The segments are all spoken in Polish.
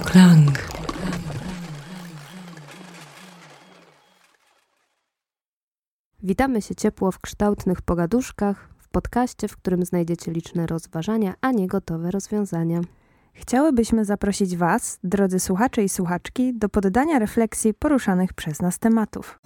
Klang. Witamy się ciepło w kształtnych pogaduszkach, w podcaście, w którym znajdziecie liczne rozważania, a nie gotowe rozwiązania. Chciałybyśmy zaprosić Was, drodzy słuchacze i słuchaczki, do poddania refleksji poruszanych przez nas tematów.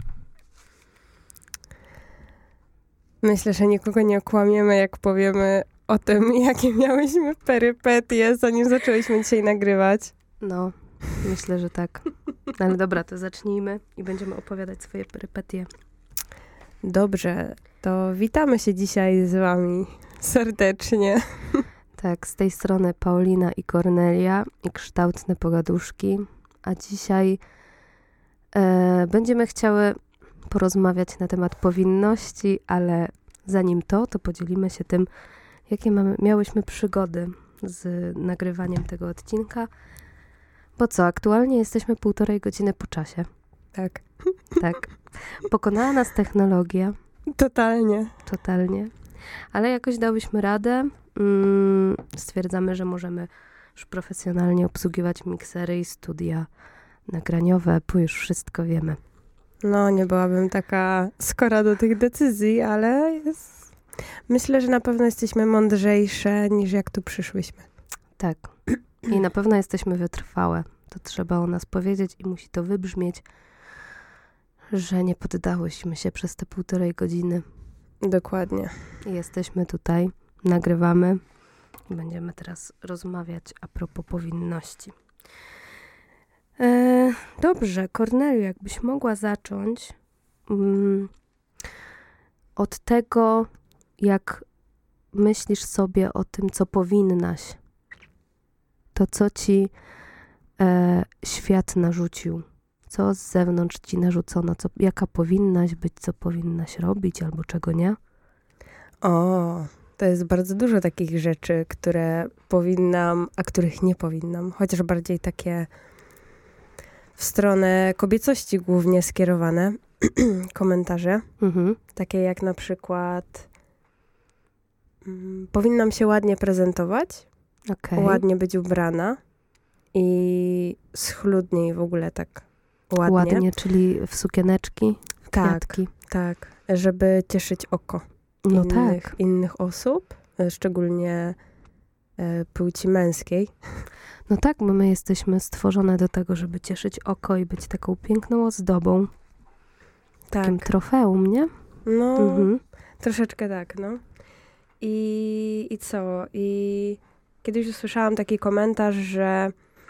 Myślę, że nikogo nie okłamiemy, jak powiemy o tym, jakie miałyśmy perypetie, zanim zaczęłyśmy dzisiaj nagrywać. No, myślę, że tak. Ale dobra, to zacznijmy i będziemy opowiadać swoje perypetie. Dobrze, to witamy się dzisiaj z Wami serdecznie. Tak, z tej strony Paulina i Kornelia i kształtne pogaduszki. A dzisiaj będziemy chciały porozmawiać na temat powinności, ale zanim to podzielimy się tym, jakie miałyśmy przygody z nagrywaniem tego odcinka. Bo co, aktualnie jesteśmy 1,5 godziny po czasie. Tak. Tak. Pokonała nas technologia. Totalnie. Ale jakoś dałyśmy radę. Stwierdzamy, że możemy już profesjonalnie obsługiwać miksery i studia nagraniowe, bo już wszystko wiemy. No, nie byłabym taka skora do tych decyzji, ale myślę, że na pewno jesteśmy mądrzejsze niż jak tu przyszłyśmy. Tak. I na pewno jesteśmy wytrwałe. To trzeba o nas powiedzieć i musi to wybrzmieć, że nie poddałyśmy się przez te 1,5 godziny. Dokładnie. I jesteśmy tutaj, nagrywamy i będziemy teraz rozmawiać a propos powinności. Dobrze, Korneliu, jakbyś mogła zacząć od tego, jak myślisz sobie o tym, co powinnaś. To, co ci świat narzucił. Co z zewnątrz ci narzucono, jaka powinnaś być, co powinnaś robić albo czego nie? O, to jest bardzo dużo takich rzeczy, które powinnam, a których nie powinnam. Chociaż bardziej takie w stronę kobiecości głównie skierowane komentarze. Mhm. Takie jak na przykład powinnam się ładnie prezentować, ładnie być ubrana i schludniej w ogóle tak ładnie. Ładnie, czyli w sukieneczki, w kwiatki. Tak, żeby cieszyć oko innych osób, szczególnie płci męskiej. No tak, bo my jesteśmy stworzone do tego, żeby cieszyć oko i być taką piękną ozdobą. Takim trofeum, nie? No, troszeczkę tak, no. I co? I kiedyś usłyszałam taki komentarz, że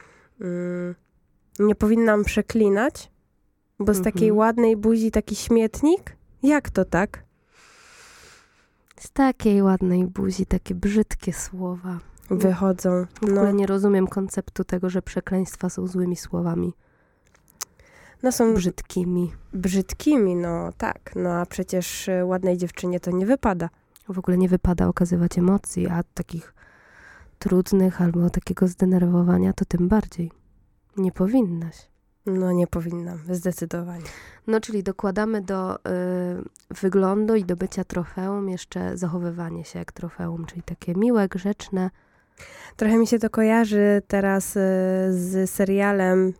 nie powinnam przeklinać, bo z takiej ładnej buzi taki śmietnik? Jak to tak? Z takiej ładnej buzi takie brzydkie słowa wychodzą. W ogóle nie rozumiem konceptu tego, że przekleństwa są złymi słowami. No są brzydkimi, no tak. No a przecież ładnej dziewczynie to nie wypada. W ogóle nie wypada okazywać emocji, a takich trudnych albo takiego zdenerwowania to tym bardziej. Nie powinnaś. No nie powinnam, zdecydowanie. No czyli dokładamy do wyglądu i do bycia trofeum jeszcze zachowywanie się jak trofeum, czyli takie miłe, grzeczne. Trochę mi się to kojarzy teraz z serialem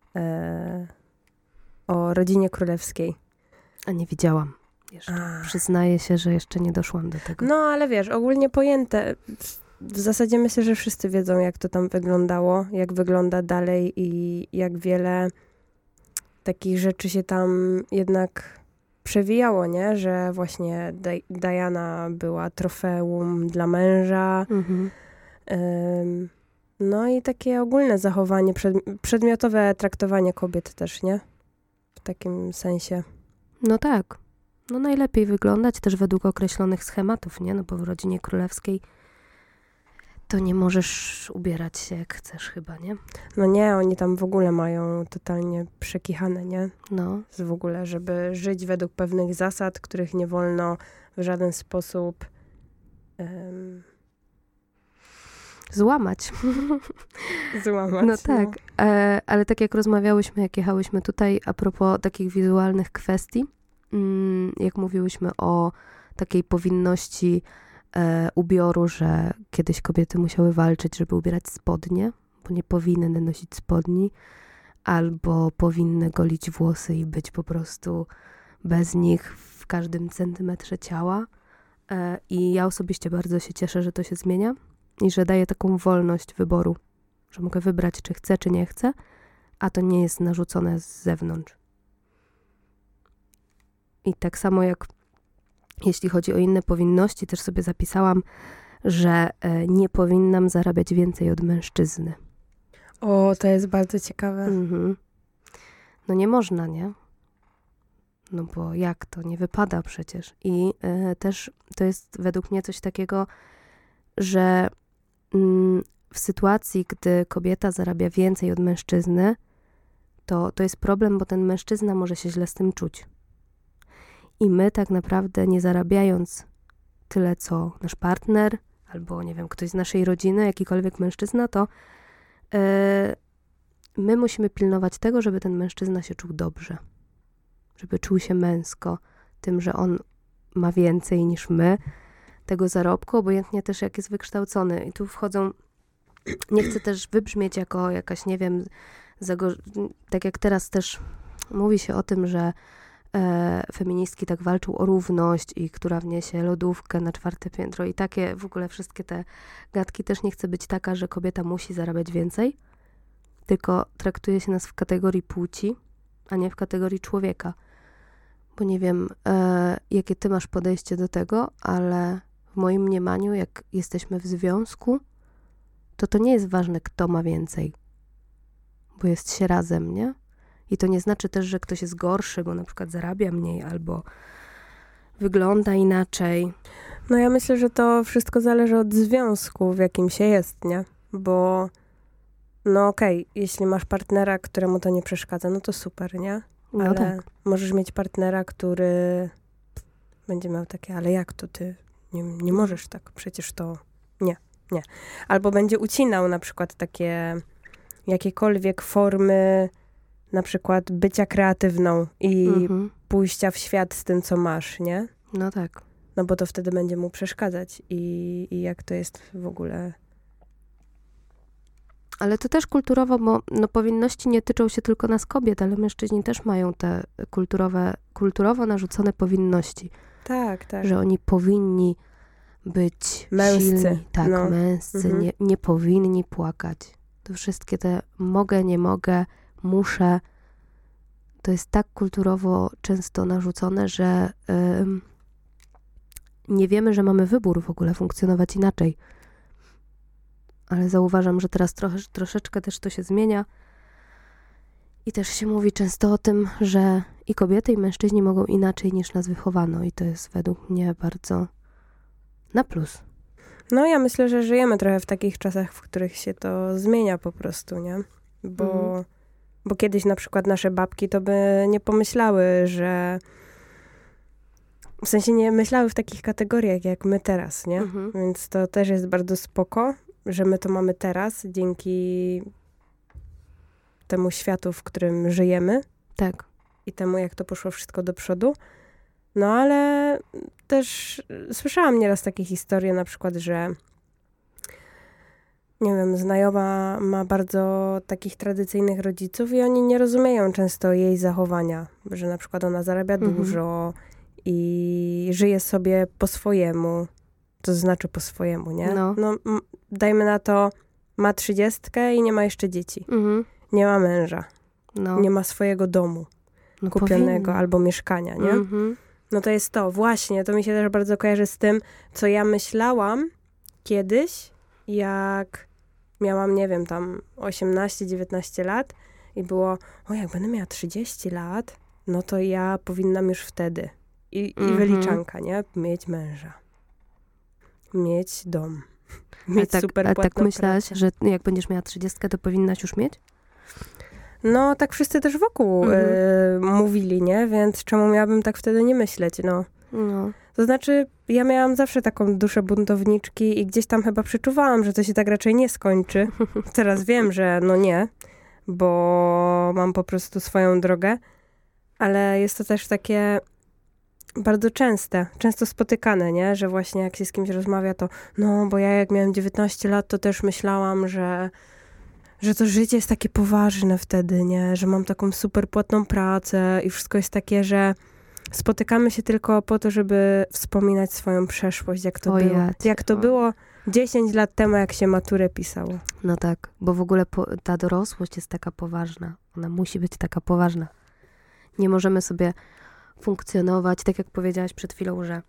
o rodzinie królewskiej. A nie widziałam jeszcze. Przyznaję się, że jeszcze nie doszłam do tego. No ale wiesz, ogólnie pojęte. W zasadzie myślę, że wszyscy wiedzą, jak to tam wyglądało, jak wygląda dalej i jak wiele takich rzeczy się tam jednak przewijało, nie? Że właśnie Diana była trofeum dla męża. No i takie ogólne zachowanie, przedmiotowe traktowanie kobiet też, nie? W takim sensie. No tak. No najlepiej wyglądać też według określonych schematów, nie? No bo w rodzinie królewskiej to nie możesz ubierać się jak chcesz chyba, nie? No nie, oni tam w ogóle mają totalnie przekichane, nie? No. W ogóle, żeby żyć według pewnych zasad, których nie wolno w żaden sposób złamać. No tak, ale tak jak rozmawiałyśmy, jak jechałyśmy tutaj a propos takich wizualnych kwestii, jak mówiłyśmy o takiej powinności ubioru, że kiedyś kobiety musiały walczyć, żeby ubierać spodnie, bo nie powinny nosić spodni, albo powinny golić włosy i być po prostu bez nich w każdym centymetrze ciała. I ja osobiście bardzo się cieszę, że to się zmienia i że daje taką wolność wyboru, że mogę wybrać, czy chcę, czy nie chcę, a to nie jest narzucone z zewnątrz. I tak samo jak jeśli chodzi o inne powinności, też sobie zapisałam, że nie powinnam zarabiać więcej od mężczyzny. O, to jest bardzo ciekawe. No nie można, nie? No bo jak to? Nie wypada przecież. I też to jest według mnie coś takiego, że w sytuacji, gdy kobieta zarabia więcej od mężczyzny, to jest problem, bo ten mężczyzna może się źle z tym czuć. I my tak naprawdę nie zarabiając tyle, co nasz partner, albo nie wiem, ktoś z naszej rodziny, jakikolwiek mężczyzna, to my musimy pilnować tego, żeby ten mężczyzna się czuł dobrze. Żeby czuł się męsko tym, że on ma więcej niż my tego zarobku, obojętnie też jak jest wykształcony. I tu wchodzą, nie chcę też wybrzmieć jako jakaś, nie wiem, tak jak teraz też mówi się o tym, że feministki tak walczą o równość i która wniesie lodówkę na 4. piętro i takie w ogóle wszystkie te gadki. Też nie chcę być taka, że kobieta musi zarabiać więcej, tylko traktuje się nas w kategorii płci, a nie w kategorii człowieka. Bo nie wiem, jakie ty masz podejście do tego, ale w moim mniemaniu, jak jesteśmy w związku, to nie jest ważne, kto ma więcej, bo jest się razem, nie? I to nie znaczy też, że ktoś jest gorszy, bo na przykład zarabia mniej albo wygląda inaczej. No ja myślę, że to wszystko zależy od związku, w jakim się jest, nie? Bo no okej, jeśli masz partnera, któremu to nie przeszkadza, no to super, nie? No ale tak. możesz mieć partnera, który będzie miał takie, ale jak to ty? Nie możesz tak, przecież to nie. Albo będzie ucinał na przykład takie jakiekolwiek formy na przykład bycia kreatywną i pójścia w świat z tym, co masz, nie? No tak. No bo to wtedy będzie mu przeszkadzać i jak to jest w ogóle... Ale to też kulturowo, bo no, powinności nie tyczą się tylko nas kobiet, ale mężczyźni też mają te kulturowo narzucone powinności. Tak, tak. Że oni powinni być męscy. Silni. Tak, no. męscy, nie powinni płakać. To wszystkie te mogę, nie mogę, muszę. To jest tak kulturowo często narzucone, że nie wiemy, że mamy wybór w ogóle funkcjonować inaczej. Ale zauważam, że teraz troszeczkę też to się zmienia. I też się mówi często o tym, że i kobiety, i mężczyźni mogą inaczej niż nas wychowano. I to jest według mnie bardzo na plus. No ja myślę, że żyjemy trochę w takich czasach, w których się to zmienia po prostu, nie? Bo kiedyś na przykład nasze babki to by nie pomyślały, że... W sensie nie myślały w takich kategoriach jak my teraz, nie? Więc to też jest bardzo spoko, że my to mamy teraz dzięki temu światu, w którym żyjemy. Tak. I temu, jak to poszło wszystko do przodu. No ale też słyszałam nieraz takie historie, na przykład, że nie wiem, znajoma ma bardzo takich tradycyjnych rodziców i oni nie rozumieją często jej zachowania, że na przykład ona zarabia dużo i żyje sobie po swojemu. To znaczy po swojemu, nie? No dajmy na to, ma 30 i nie ma jeszcze dzieci. Nie ma męża. Nie ma swojego domu kupionego albo mieszkania, nie? No to jest to. Właśnie, to mi się też bardzo kojarzy z tym, co ja myślałam kiedyś, jak miałam, nie wiem, tam 18-19 lat i było, jak będę miała 30 lat, no to ja powinnam już wtedy. I wyliczanka, nie? Mieć męża. Mieć dom. Mieć super płatną tak myślałaś, pracę. że jak będziesz miała 30, to powinnaś już mieć? No, tak wszyscy też wokół mówili, nie? Więc czemu miałabym tak wtedy nie myśleć, no. To znaczy, ja miałam zawsze taką duszę buntowniczki i gdzieś tam chyba przeczuwałam, że to się tak raczej nie skończy. Teraz wiem, że no nie, bo mam po prostu swoją drogę, ale jest to też takie bardzo często spotykane, nie? Że właśnie jak się z kimś rozmawia, to no, bo ja jak miałem 19 lat, to też myślałam, że że to życie jest takie poważne wtedy, nie? Że mam taką super płatną pracę i wszystko jest takie, że spotykamy się tylko po to, żeby wspominać swoją przeszłość, jak to było. Jak to było 10 lat temu, jak się maturę pisało. No tak, bo w ogóle ta dorosłość jest taka poważna. Ona musi być taka poważna. Nie możemy sobie funkcjonować, tak jak powiedziałaś przed chwilą, że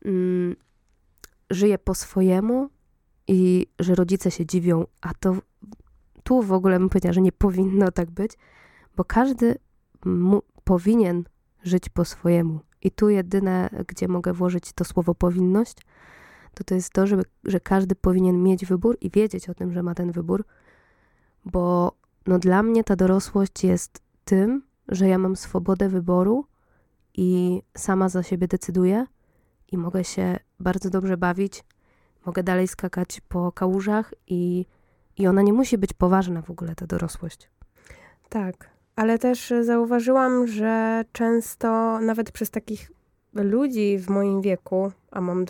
żyję po swojemu i że rodzice się dziwią, a to tu w ogóle bym powiedziała, że nie powinno tak być, bo każdy powinien żyć po swojemu. I tu jedyne, gdzie mogę włożyć to słowo powinność, to jest to, że każdy powinien mieć wybór i wiedzieć o tym, że ma ten wybór, bo no dla mnie ta dorosłość jest tym, że ja mam swobodę wyboru i sama za siebie decyduję i mogę się bardzo dobrze bawić, mogę dalej skakać po kałużach i ona nie musi być poważna w ogóle, ta dorosłość. Tak, ale też zauważyłam, że często nawet przez takich ludzi w moim wieku, a mam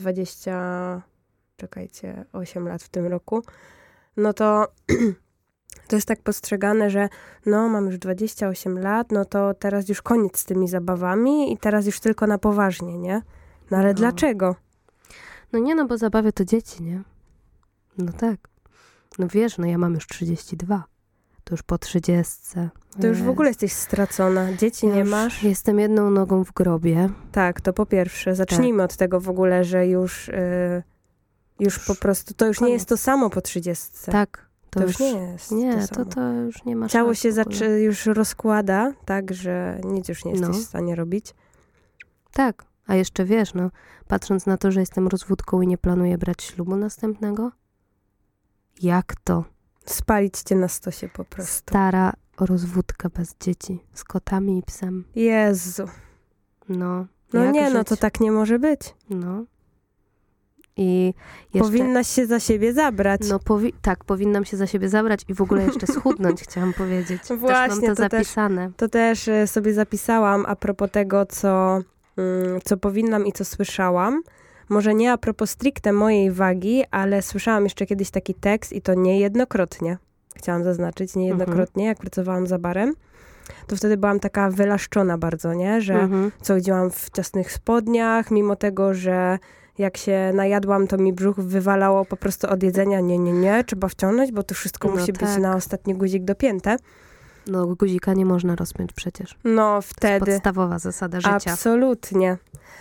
8 lat w tym roku, no to to jest tak postrzegane, że no mam już 28 lat, no to teraz już koniec z tymi zabawami i teraz już tylko na poważnie, nie? No ale dlaczego? No nie, no bo zabawy to dzieci, nie? No tak. No wiesz, no ja mam już 32. To już po 30. To już w ogóle jesteś stracona. Dzieci nie masz. Jestem jedną nogą w grobie. Tak, to po pierwsze. Zacznijmy od tego w ogóle, że już po prostu, to już nie jest to samo po 30. Tak. To już nie jest to już nie ma Ciało się już rozkłada, tak, że nic już nie jesteś w stanie robić. Tak, a jeszcze wiesz, no, patrząc na to, że jestem rozwódką i nie planuję brać ślubu następnego, jak to? Spalić cię na stosie po prostu. Stara rozwódka bez dzieci, z kotami i psem. Jezu. No nie, żyć? No to tak nie może być. No. I jeszcze, powinnaś się za siebie zabrać. No tak, powinnam się za siebie zabrać i w ogóle jeszcze schudnąć, chciałam powiedzieć. Właśnie, też mam to zapisane. To też sobie zapisałam a propos tego, co powinnam i co słyszałam. Może nie a propos stricte mojej wagi, ale słyszałam jeszcze kiedyś taki tekst i to niejednokrotnie. Chciałam zaznaczyć, niejednokrotnie, jak pracowałam za barem. To wtedy byłam taka wylaszczona bardzo, nie? Że chodziłam w ciasnych spodniach, mimo tego, że jak się najadłam, to mi brzuch wywalało po prostu od jedzenia. Nie, trzeba wciągnąć, bo to wszystko musi być na ostatni guzik dopięte. No guzika nie można rozpiąć przecież. No wtedy. To jest podstawowa zasada życia. Absolutnie.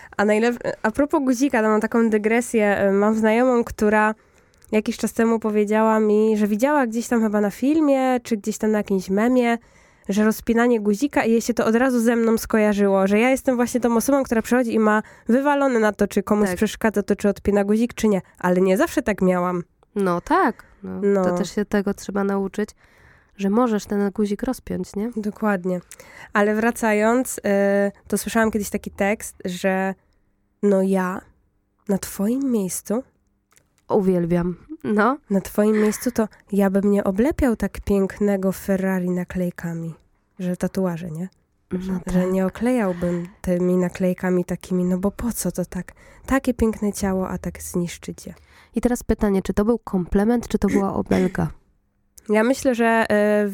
A propos guzika, to mam taką dygresję. Mam znajomą, która jakiś czas temu powiedziała mi, że widziała gdzieś tam chyba na filmie, czy gdzieś tam na jakimś memie, że rozpinanie guzika i jej się to od razu ze mną skojarzyło, że ja jestem właśnie tą osobą, która przychodzi i ma wywalone na to, czy komuś przeszkadza to, czy odpina guzik, czy nie. Ale nie zawsze tak miałam. No tak. No. To też się tego trzeba nauczyć, że możesz ten guzik rozpiąć, nie? Dokładnie. Ale wracając, to słyszałam kiedyś taki tekst, że no ja na twoim miejscu... Uwielbiam. No. Na twoim miejscu to ja bym nie oblepiał tak pięknego Ferrari naklejkami. Że tatuaże, nie? No tak. Że nie oklejałbym tymi naklejkami takimi, no bo po co to tak? Takie piękne ciało, a tak zniszczyć je. I teraz pytanie, czy to był komplement, czy to była obelga? Ja myślę, że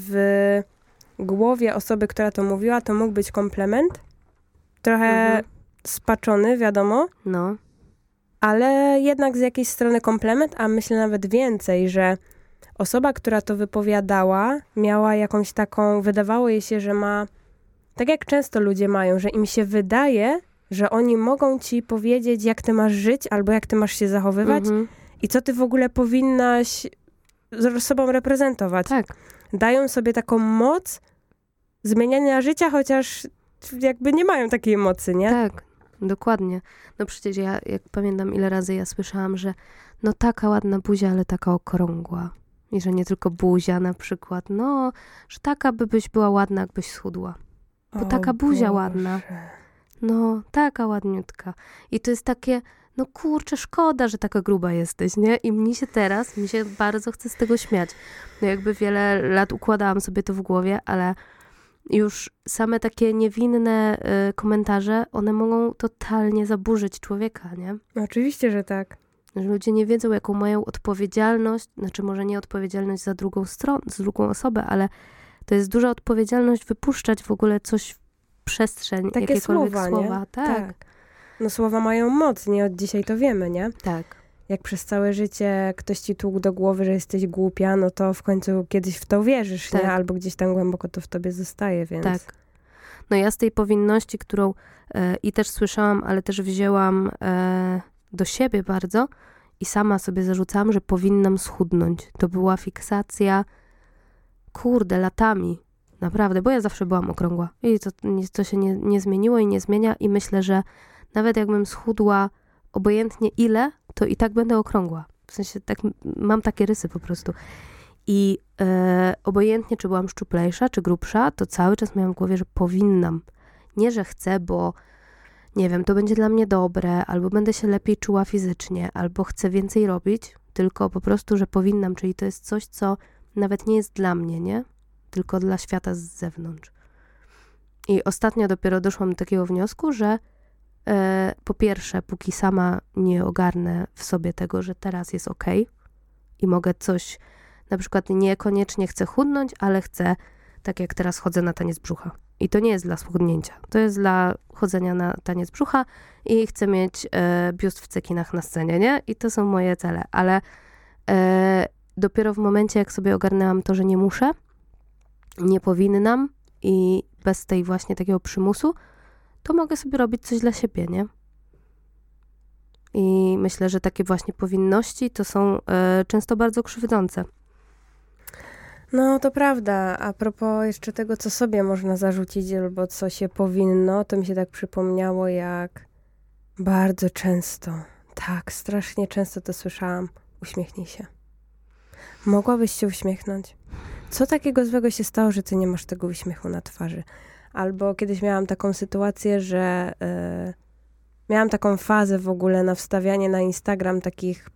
w głowie osoby, która to mówiła, to mógł być komplement. Trochę spaczony, wiadomo. No. Ale jednak z jakiejś strony komplement, a myślę nawet więcej, że osoba, która to wypowiadała, miała jakąś taką, wydawało jej się, że ma, tak jak często ludzie mają, że im się wydaje, że oni mogą ci powiedzieć, jak ty masz żyć, albo jak ty masz się zachowywać i co ty w ogóle powinnaś z sobą reprezentować. Tak. Dają sobie taką moc zmieniania życia, chociaż jakby nie mają takiej mocy, nie? Tak, dokładnie. No przecież ja, jak pamiętam, ile razy ja słyszałam, że no taka ładna buzia, ale taka okrągła. I że nie tylko buzia na przykład. No, że taka byś była ładna, jakbyś schudła. Bo taka buzia Boże. Ładna. No, taka ładniutka. I to jest takie, no kurczę, szkoda, że taka gruba jesteś, nie? I mi się bardzo chce z tego śmiać. No jakby wiele lat układałam sobie to w głowie, ale już same takie niewinne komentarze, one mogą totalnie zaburzyć człowieka, nie? No, oczywiście, że tak. Że ludzie nie wiedzą, jaką mają odpowiedzialność, znaczy może nie odpowiedzialność za drugą stronę, za drugą osobę, ale to jest duża odpowiedzialność wypuszczać w ogóle coś w przestrzeń, takie jakiekolwiek słowa. Nie? Tak. No słowa mają moc, nie od dzisiaj to wiemy, nie? Tak. Jak przez całe życie ktoś ci tłukł do głowy, że jesteś głupia, no to w końcu kiedyś w to wierzysz, Tak. nie? Albo gdzieś tam głęboko to w tobie zostaje, więc... Tak. No ja z tej powinności, którą i też słyszałam, ale też wzięłam do siebie bardzo i sama sobie zarzucałam, że powinnam schudnąć. To była fiksacja, latami. Naprawdę, bo ja zawsze byłam okrągła. I to się nie zmieniło i nie zmienia i myślę, że nawet jakbym schudła obojętnie ile, to i tak będę okrągła. W sensie tak, mam takie rysy po prostu. I obojętnie, czy byłam szczuplejsza, czy grubsza, to cały czas miałam w głowie, że powinnam. Nie, że chcę, bo nie wiem, to będzie dla mnie dobre, albo będę się lepiej czuła fizycznie, albo chcę więcej robić, tylko po prostu, że powinnam, czyli to jest coś, co nawet nie jest dla mnie, nie? Tylko dla świata z zewnątrz. I ostatnio dopiero doszłam do takiego wniosku, że po pierwsze, póki sama nie ogarnę w sobie tego, że teraz jest okej i mogę coś, na przykład niekoniecznie chcę chudnąć, ale chcę, tak jak teraz chodzę na taniec brzucha. I to nie jest dla schudnięcia. To jest dla chodzenia na taniec brzucha i chcę mieć biust w cekinach na scenie, nie? I to są moje cele. Ale dopiero w momencie, jak sobie ogarnęłam to, że nie muszę, nie powinnam i bez tej właśnie takiego przymusu, to mogę sobie robić coś dla siebie, nie? I myślę, że takie właśnie powinności to są często bardzo krzywdzące. No, to prawda. A propos jeszcze tego, co sobie można zarzucić albo co się powinno, to mi się tak przypomniało, jak bardzo często, tak, strasznie często to słyszałam. Uśmiechnij się. Mogłabyś się uśmiechnąć? Co takiego złego się stało, że ty nie masz tego uśmiechu na twarzy? Albo kiedyś miałam taką sytuację, że miałam taką fazę w ogóle na wstawianie na Instagram takich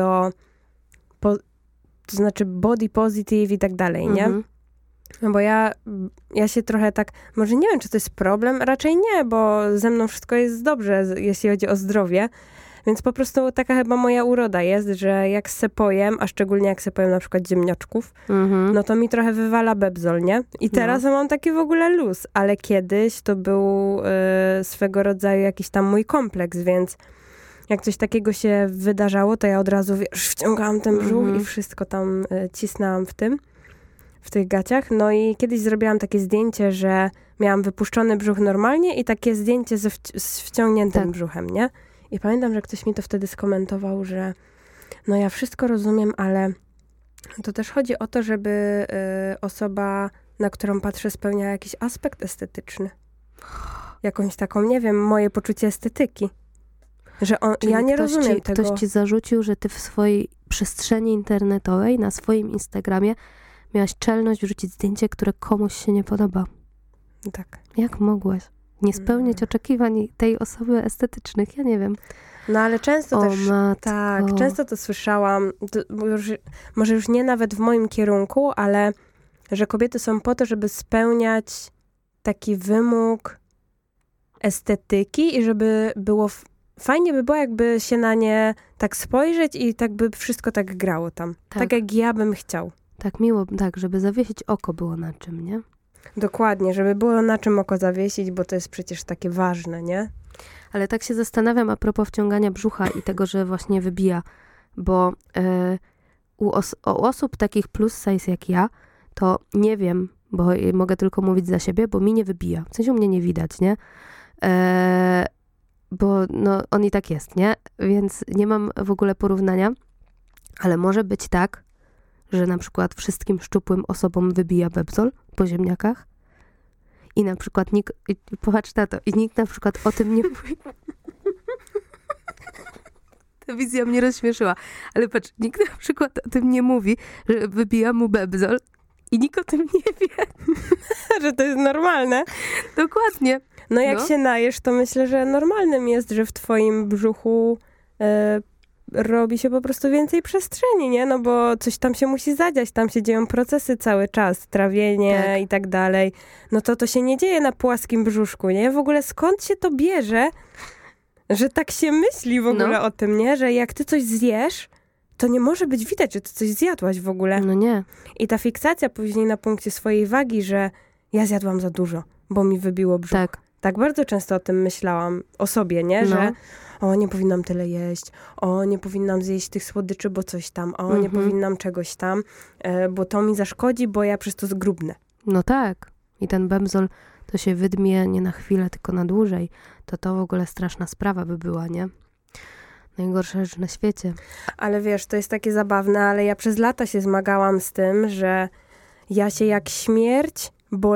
to znaczy body positive i tak dalej, nie? No bo ja się trochę tak, może nie wiem, czy to jest problem, raczej nie, bo ze mną wszystko jest dobrze, jeśli chodzi o zdrowie, więc po prostu taka chyba moja uroda jest, że jak se pojem, a szczególnie jak se pojem na przykład ziemniaczków, no to mi trochę wywala bebzol, nie? I teraz mam taki w ogóle luz, ale kiedyś to był swego rodzaju jakiś tam mój kompleks, więc jak coś takiego się wydarzało, to ja od razu, wciągałam ten brzuch i wszystko tam cisnęłam w tych gaciach. No i kiedyś zrobiłam takie zdjęcie, że miałam wypuszczony brzuch normalnie i takie zdjęcie z wciągniętym brzuchem, nie? I pamiętam, że ktoś mi to wtedy skomentował, że no ja wszystko rozumiem, ale to też chodzi o to, żeby osoba, na którą patrzę, spełniała jakiś aspekt estetyczny. Jakąś taką, nie wiem, moje poczucie estetyki. Że ja nie rozumiem tego. Ktoś ci zarzucił, że ty w swojej przestrzeni internetowej, na swoim Instagramie miałaś czelność wrzucić zdjęcie, które komuś się nie podoba. Tak. Jak mogłaś nie spełnić oczekiwań tej osoby estetycznych? Ja nie wiem. No ale często też, matko. tak, często to słyszałam, może już nie nawet w moim kierunku, ale że kobiety są po to, żeby spełniać taki wymóg estetyki i żeby było fajnie by było, jakby się na nie tak spojrzeć i tak by wszystko tak grało tam. Tak jak ja bym chciał. Tak miło, tak, żeby zawiesić oko było na czym, nie? Dokładnie, żeby było na czym oko zawiesić, bo to jest przecież takie ważne, nie? Ale tak się zastanawiam a propos wciągania brzucha i tego, że właśnie wybija, bo u osób takich plus size jak ja, to nie wiem, bo mogę tylko mówić za siebie, bo mi nie wybija. W sensie u mnie nie widać, nie? Bo no, on i tak jest, nie? Więc nie mam w ogóle porównania, ale może być tak, że na przykład wszystkim szczupłym osobom wybija bebzol po ziemniakach i na przykład popatrz na to, i nikt na przykład o tym nie mówi. Ta wizja mnie rozśmieszyła, ale patrz, nikt na przykład o tym nie mówi, że wybija mu bebzol i nikt o tym nie wie. Że to jest normalne. Dokładnie. No jak się najesz, to myślę, że normalnym jest, że w twoim brzuchu robi się po prostu więcej przestrzeni, nie? No bo coś tam się musi zadziać, tam się dzieją procesy cały czas, trawienie i tak dalej. No to się nie dzieje na płaskim brzuszku, nie? W ogóle skąd się to bierze, Że tak się myśli w ogóle o tym, nie? Że jak ty coś zjesz, to nie może być widać, że ty coś zjadłaś w ogóle. No nie. I ta fiksacja później na punkcie swojej wagi, że ja zjadłam za dużo, bo mi wybiło brzuch. Tak bardzo często o tym myślałam, o sobie, nie? Że nie powinnam tyle jeść, nie powinnam zjeść tych słodyczy, bo coś tam, nie powinnam czegoś tam, bo to mi zaszkodzi, bo ja przez to zgrubnę. No tak. I ten bemzol to się wydmie nie na chwilę, tylko na dłużej. To w ogóle straszna sprawa by była, nie? Najgorsza rzecz na świecie. Ale wiesz, to jest takie zabawne, ale ja przez lata się zmagałam z tym, że ja się jak śmierć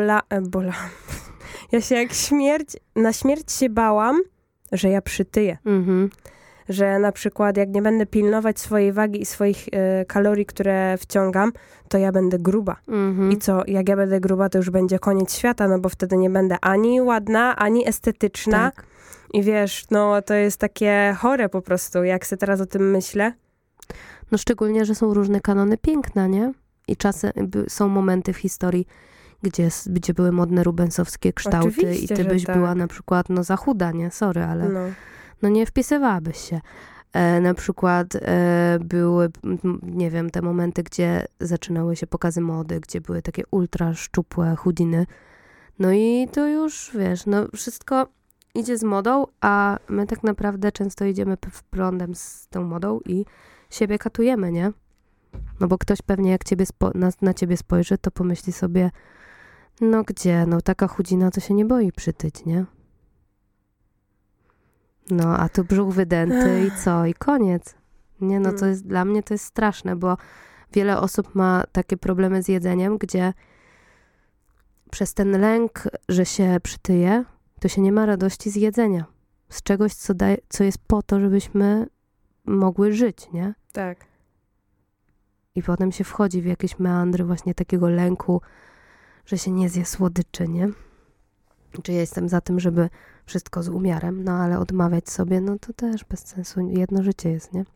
Ja się jak na śmierć się bałam, że ja przytyję. Że na przykład jak nie będę pilnować swojej wagi i swoich kalorii, które wciągam, to ja będę gruba. I co, jak ja będę gruba, to już będzie koniec świata, no bo wtedy nie będę ani ładna, ani estetyczna. Tak. I wiesz, no to jest takie chore po prostu, jak sobie teraz o tym myślę. No szczególnie, że są różne kanony piękna, nie? I czasem są momenty w historii, gdzie były modne rubensowskie kształty. Oczywiście, i ty byś była na przykład, za chuda, nie? Sorry, ale nie wpisywałabyś się. Na przykład były, nie wiem, te momenty, gdzie zaczynały się pokazy mody, gdzie były takie ultra szczupłe chudziny. No i to już, wiesz, wszystko idzie z modą, a my tak naprawdę często idziemy w prądem z tą modą i siebie katujemy, nie? No bo ktoś pewnie jak na ciebie spojrzy, to pomyśli sobie, gdzie? Taka chudzina to się nie boi przytyć, nie? A tu brzuch wydęty i co? I koniec. Nie, to jest, dla mnie to jest straszne, bo wiele osób ma takie problemy z jedzeniem, gdzie przez ten lęk, że się przytyje, to się nie ma radości z jedzenia. Z czegoś, co jest po to, żebyśmy mogły żyć, nie? Tak. I potem się wchodzi w jakieś meandry właśnie takiego lęku, że się nie zje słodyczy, nie? Czy ja jestem za tym, żeby wszystko z umiarem, ale odmawiać sobie, to też bez sensu. Jedno życie jest, nie?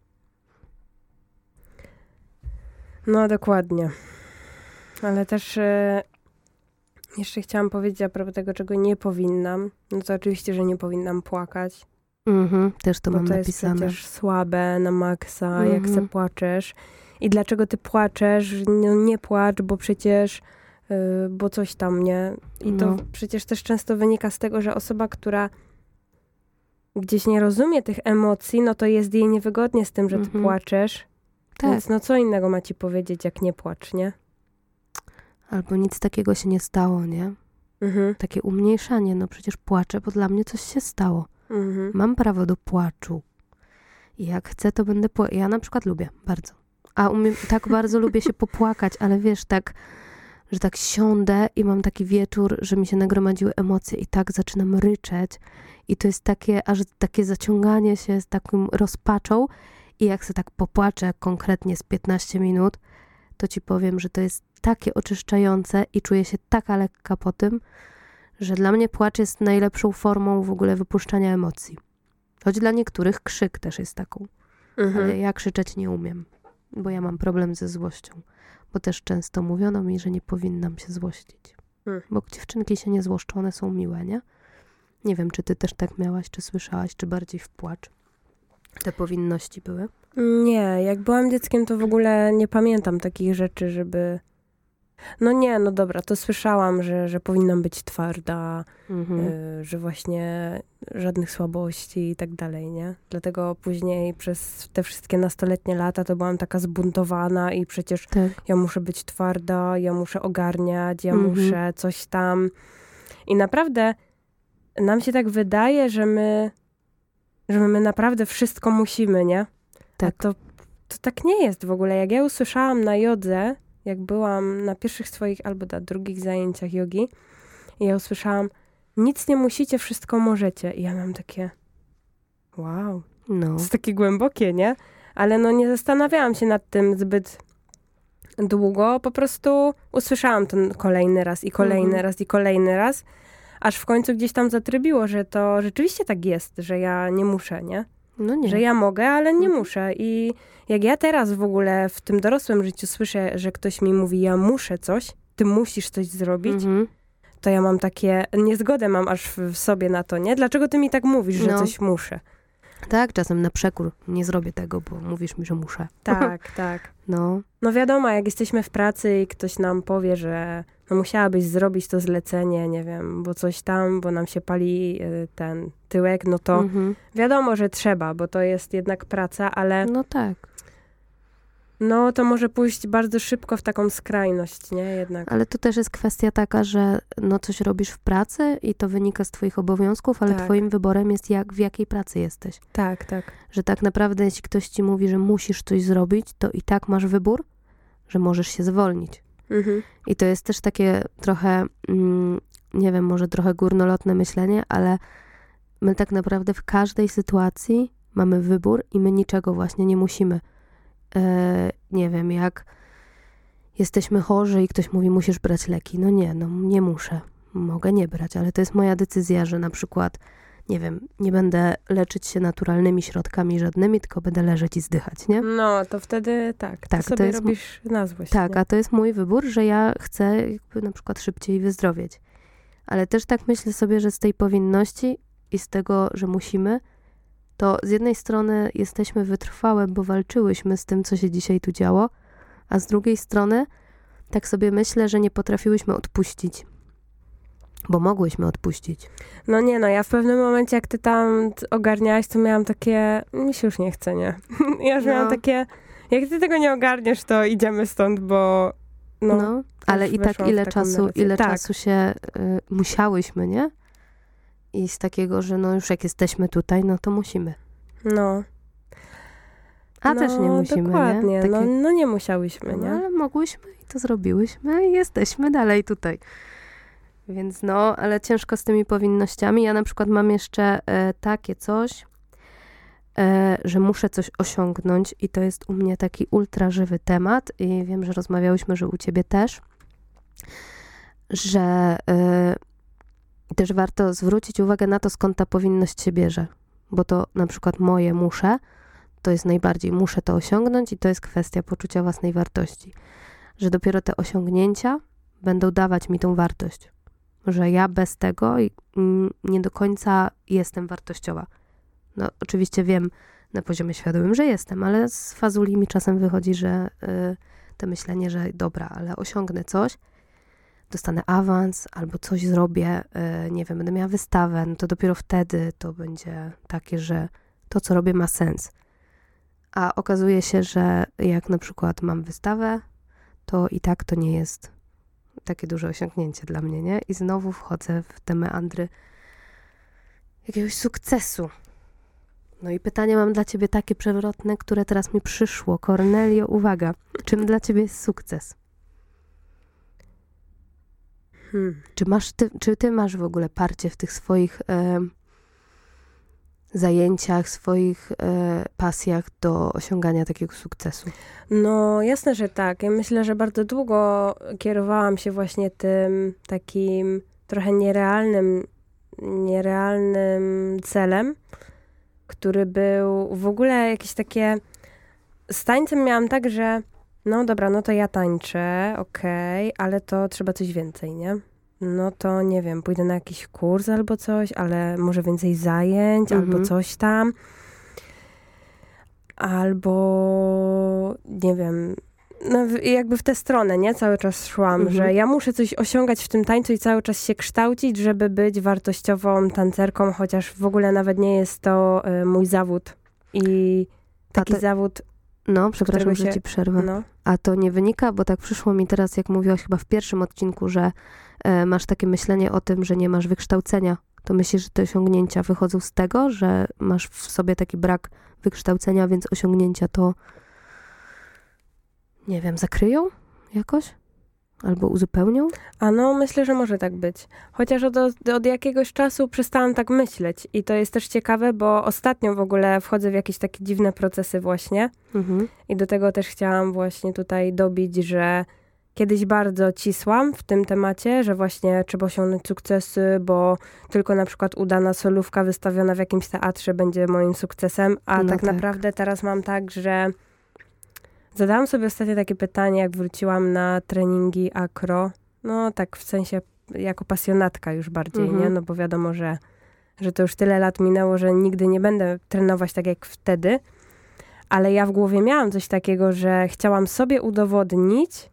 No, dokładnie. Ale też jeszcze chciałam powiedzieć a propos tego, czego nie powinnam. To oczywiście, że nie powinnam płakać. Też to mam napisane. To jest przecież słabe na maksa, jak se płaczesz. I dlaczego ty płaczesz? Nie płacz, bo przecież bo coś tam, nie? I to przecież też często wynika z tego, że osoba, która gdzieś nie rozumie tych emocji, to jest jej niewygodnie z tym, że ty płaczesz. Tak. Więc co innego ma ci powiedzieć, jak nie płacz, nie? Albo nic takiego się nie stało, nie? Takie umniejszanie, przecież płaczę, bo dla mnie coś się stało. Mam prawo do płaczu. I jak chcę, to będę płakać. Ja na przykład lubię bardzo. A tak bardzo lubię się popłakać, ale wiesz, że tak siądę i mam taki wieczór, że mi się nagromadziły emocje i tak zaczynam ryczeć. I to jest takie zaciąganie się z taką rozpaczą. I jak sobie tak popłaczę konkretnie z 15 minut, to ci powiem, że to jest takie oczyszczające i czuję się taka lekka po tym, że dla mnie płacz jest najlepszą formą w ogóle wypuszczania emocji. Choć dla niektórych krzyk też jest taką. Ale ja krzyczeć nie umiem, bo ja mam problem ze złością. Bo też często mówiono mi, że nie powinnam się złościć. Bo dziewczynki się nie złoszczą, one są miłe, nie? Nie wiem, czy ty też tak miałaś, czy słyszałaś, czy bardziej w płacz te powinności były? Nie, jak byłam dzieckiem, to w ogóle nie pamiętam takich rzeczy, żeby... dobra, to słyszałam, że powinnam być twarda, że właśnie żadnych słabości i tak dalej, nie? Dlatego później przez te wszystkie nastoletnie lata to byłam taka zbuntowana i przecież ja muszę być twarda, ja muszę ogarniać, ja muszę coś tam. I naprawdę nam się tak wydaje, że my naprawdę wszystko musimy, nie? Tak. A to tak nie jest w ogóle. Jak ja usłyszałam na jodze, jak byłam na pierwszych swoich albo na drugich zajęciach jogi, i ja usłyszałam, nic nie musicie, wszystko możecie. I ja mam takie, wow, to jest takie głębokie, nie? Ale nie zastanawiałam się nad tym zbyt długo, po prostu usłyszałam to kolejny raz i kolejny raz i kolejny raz, aż w końcu gdzieś tam zatrybiło, że to rzeczywiście tak jest, że ja nie muszę, nie? Nie. Że ja mogę, ale nie muszę. I jak ja teraz w ogóle w tym dorosłym życiu słyszę, że ktoś mi mówi, ja muszę coś, ty musisz coś zrobić, to ja mam takie, niezgodę mam aż w sobie na to, nie? Dlaczego ty mi tak mówisz, że coś muszę? Tak, czasem na przekór. Nie zrobię tego, bo mówisz mi, że muszę. Tak, tak. No. No wiadomo, jak jesteśmy w pracy i ktoś nam powie, że no musiałabyś zrobić to zlecenie, nie wiem, bo coś tam, bo nam się pali ten tyłek, no to wiadomo, że trzeba, bo to jest jednak praca, ale No tak. no to może pójść bardzo szybko w taką skrajność, nie? Jednak. Ale to też jest kwestia taka, że no coś robisz w pracy i to wynika z twoich obowiązków, ale Tak. twoim wyborem jest w jakiej pracy jesteś. Tak, tak. Że tak naprawdę jeśli ktoś ci mówi, że musisz coś zrobić, to i tak masz wybór, że możesz się zwolnić. I to jest też takie trochę, nie wiem, może trochę górnolotne myślenie, ale my tak naprawdę w każdej sytuacji mamy wybór i my niczego właśnie nie musimy. Nie wiem, jak jesteśmy chorzy i ktoś mówi, musisz brać leki. No nie muszę. Mogę nie brać, ale to jest moja decyzja, że na przykład, nie wiem, nie będę leczyć się naturalnymi środkami żadnymi, tylko będę leżeć i zdychać, nie? No, to wtedy tak, Tak, to sobie to jest robisz na złość. Tak, nie? a to jest mój wybór, że ja chcę jakby na przykład szybciej wyzdrowieć. Ale też tak myślę sobie, że z tej powinności i z tego, że musimy, to z jednej strony jesteśmy wytrwałe, bo walczyłyśmy z tym, co się dzisiaj tu działo, a z drugiej strony tak sobie myślę, że nie potrafiłyśmy odpuścić. Bo mogłyśmy odpuścić. No nie, no ja w pewnym momencie, jak ty tam ogarniałaś, to miałam takie, mi się już nie chce, nie? Ja już miałam takie, jak ty tego nie ogarniesz, to idziemy stąd, bo No, ale i tak ile Tak. czasu się musiałyśmy, nie? I z takiego, że no już jak jesteśmy tutaj, no to musimy. No. A też nie musimy, dokładnie. nie? Takie, No nie musiałyśmy, nie? ale mogłyśmy i to zrobiłyśmy i jesteśmy dalej tutaj. Więc no, ale ciężko z tymi powinnościami. Ja na przykład mam jeszcze takie coś, że muszę coś osiągnąć i to jest u mnie taki ultra żywy temat i wiem, że rozmawiałyśmy, że u ciebie też, że też warto zwrócić uwagę na to, skąd ta powinność się bierze. Bo to na przykład moje muszę, to jest najbardziej muszę to osiągnąć i to jest kwestia poczucia własnej wartości. Że dopiero te osiągnięcia będą dawać mi tą wartość. Że ja bez tego nie do końca jestem wartościowa. No oczywiście wiem na poziomie świadomym, że jestem, ale z fazuli mi czasem wychodzi, że to myślenie, że dobra, ale osiągnę coś, dostanę awans albo coś zrobię, nie wiem, będę miała wystawę, no to dopiero wtedy to będzie takie, że to, co robię, ma sens. A okazuje się, że jak na przykład mam wystawę, to i tak to nie jest takie duże osiągnięcie dla mnie, nie? I znowu wchodzę w te meandry jakiegoś sukcesu. No i pytanie mam dla ciebie takie przewrotne, które teraz mi przyszło. Kornelio, uwaga. Czym dla ciebie jest sukces? Czy ty masz w ogóle parcie w tych swoich zajęciach, swoich pasjach do osiągania takiego sukcesu? No jasne, że tak. Ja myślę, że bardzo długo kierowałam się właśnie tym takim trochę nierealnym celem, który był w ogóle jakieś takie... Z tańcem miałam tak, że no dobra, no to ja tańczę, okej, ale to trzeba coś więcej, nie? No to nie wiem, pójdę na jakiś kurs albo coś, ale może więcej zajęć albo coś tam. Albo nie wiem, no jakby w tę stronę, nie? Cały czas szłam, że ja muszę coś osiągać w tym tańcu i cały czas się kształcić, żeby być wartościową tancerką, chociaż w ogóle nawet nie jest to mój zawód. I taki zawód... No, przepraszam, że ci przerwę. No. A to nie wynika, bo tak przyszło mi teraz, jak mówiłaś chyba w pierwszym odcinku, że masz takie myślenie o tym, że nie masz wykształcenia. To myślisz, że te osiągnięcia wychodzą z tego, że masz w sobie taki brak wykształcenia, więc osiągnięcia to, nie wiem, zakryją jakoś? Albo uzupełnią? A no, myślę, że może tak być. Chociaż od jakiegoś czasu przestałam tak myśleć. I to jest też ciekawe, bo ostatnio w ogóle wchodzę w jakieś takie dziwne procesy właśnie. I do tego też chciałam właśnie tutaj dobić, że kiedyś bardzo cisłam w tym temacie, że właśnie trzeba osiągnąć sukcesy, bo tylko na przykład udana solówka wystawiona w jakimś teatrze będzie moim sukcesem. A No tak naprawdę teraz mam tak, że zadałam sobie ostatnio takie pytanie, jak wróciłam na treningi akro. No tak w sensie jako pasjonatka już bardziej, nie? No bo wiadomo, że że to już tyle lat minęło, że nigdy nie będę trenować tak jak wtedy. Ale ja w głowie miałam coś takiego, że chciałam sobie udowodnić,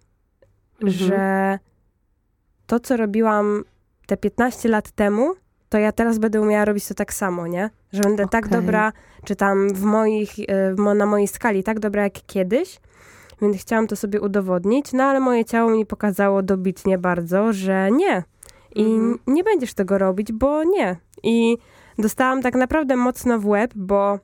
że to, co robiłam te 15 lat temu, to ja teraz będę umiała robić to tak samo, nie? Że będę tak dobra, czy tam na mojej skali tak dobra jak kiedyś, więc chciałam to sobie udowodnić, no ale moje ciało mi pokazało dobitnie bardzo, że nie. I nie będziesz tego robić, bo nie. I dostałam tak naprawdę mocno w łeb, bo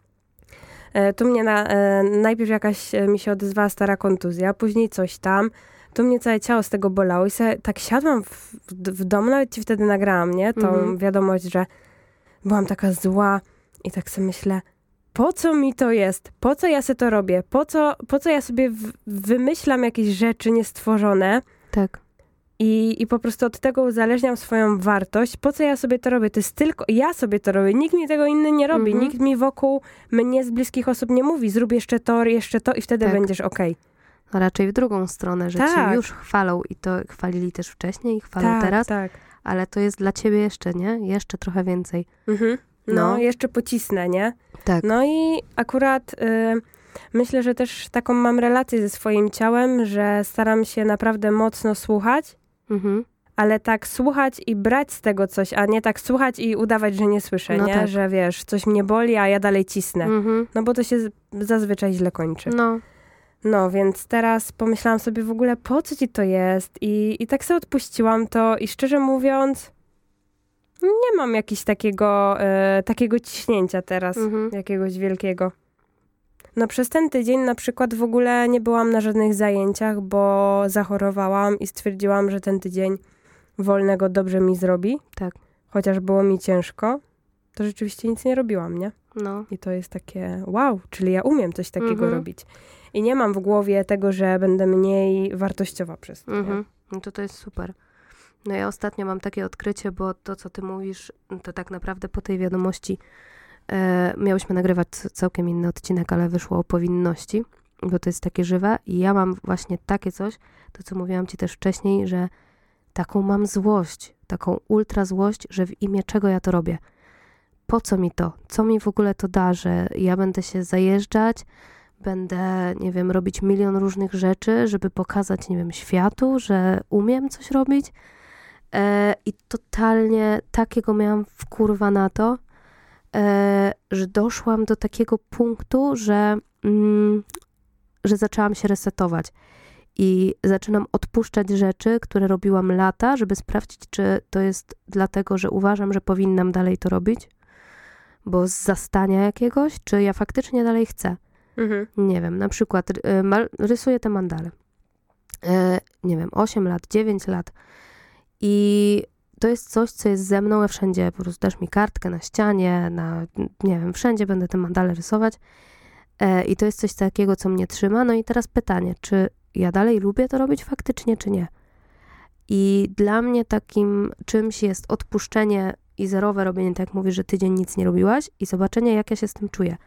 tu mnie najpierw jakaś mi się odezwała stara kontuzja, później coś tam. Tu mnie całe ciało z tego bolało i sobie tak siadłam w domu, nawet ci wtedy nagrałam, nie? Tą wiadomość, że byłam taka zła i tak sobie myślę, po co mi to jest? Po co ja sobie to robię? Po co ja sobie wymyślam jakieś rzeczy niestworzone? Tak. I po prostu od tego uzależniam swoją wartość. Po co ja sobie to robię? To jest tylko ja sobie to robię. Nikt mi tego inny nie robi. Nikt mi wokół mnie z bliskich osób nie mówi. Zrób jeszcze to i wtedy będziesz okej. A raczej w drugą stronę, że cię już chwalą i to chwalili też wcześniej i chwalą teraz. Tak. Ale to jest dla ciebie jeszcze, nie? Jeszcze trochę więcej. No, jeszcze pocisnę, nie? Tak. No i akurat myślę, że też taką mam relację ze swoim ciałem, że staram się naprawdę mocno słuchać, ale tak słuchać i brać z tego coś, a nie tak słuchać i udawać, że nie słyszę, nie? Tak. Że wiesz, coś mnie boli, a ja dalej cisnę. No bo to się zazwyczaj źle kończy. No, więc teraz pomyślałam sobie w ogóle, po co ci to jest? I tak sobie odpuściłam to i szczerze mówiąc, nie mam jakiegoś takiego ciśnięcia teraz, jakiegoś wielkiego. No przez ten tydzień na przykład w ogóle nie byłam na żadnych zajęciach, bo zachorowałam i stwierdziłam, że ten tydzień wolnego dobrze mi zrobi. Tak. Chociaż było mi ciężko, to rzeczywiście nic nie robiłam, nie? No. I to jest takie, wow, czyli ja umiem coś takiego robić. I nie mam w głowie tego, że będę mniej wartościowa przez to. No to jest super. No ja ostatnio mam takie odkrycie, bo to, co ty mówisz, to tak naprawdę po tej wiadomości miałyśmy nagrywać całkiem inny odcinek, ale wyszło o powinności, bo to jest takie żywe i ja mam właśnie takie coś, to co mówiłam ci też wcześniej, że taką mam złość, taką ultra złość, że w imię czego ja to robię. Po co mi to? Co mi w ogóle to da, że ja będę się zajeżdżać, będę, nie wiem, robić milion różnych rzeczy, żeby pokazać, nie wiem, światu, że umiem coś robić. I totalnie takiego miałam wkurwa na to, że doszłam do takiego punktu, że zaczęłam się resetować. I zaczynam odpuszczać rzeczy, które robiłam lata, żeby sprawdzić, czy to jest dlatego, że uważam, że powinnam dalej to robić, bo z zastania jakiegoś, czy ja faktycznie dalej chcę. Nie wiem, na przykład rysuję te mandale. Nie wiem, 8 lat, 9 lat. I to jest coś, co jest ze mną wszędzie. Po prostu dasz mi kartkę na ścianie, nie wiem, wszędzie będę te mandale rysować. I to jest coś takiego, co mnie trzyma. No i teraz pytanie, czy ja dalej lubię to robić faktycznie, czy nie? I dla mnie takim czymś jest odpuszczenie i zerowe robienie, tak jak mówisz, że tydzień nic nie robiłaś i zobaczenie, jak ja się z tym czuję.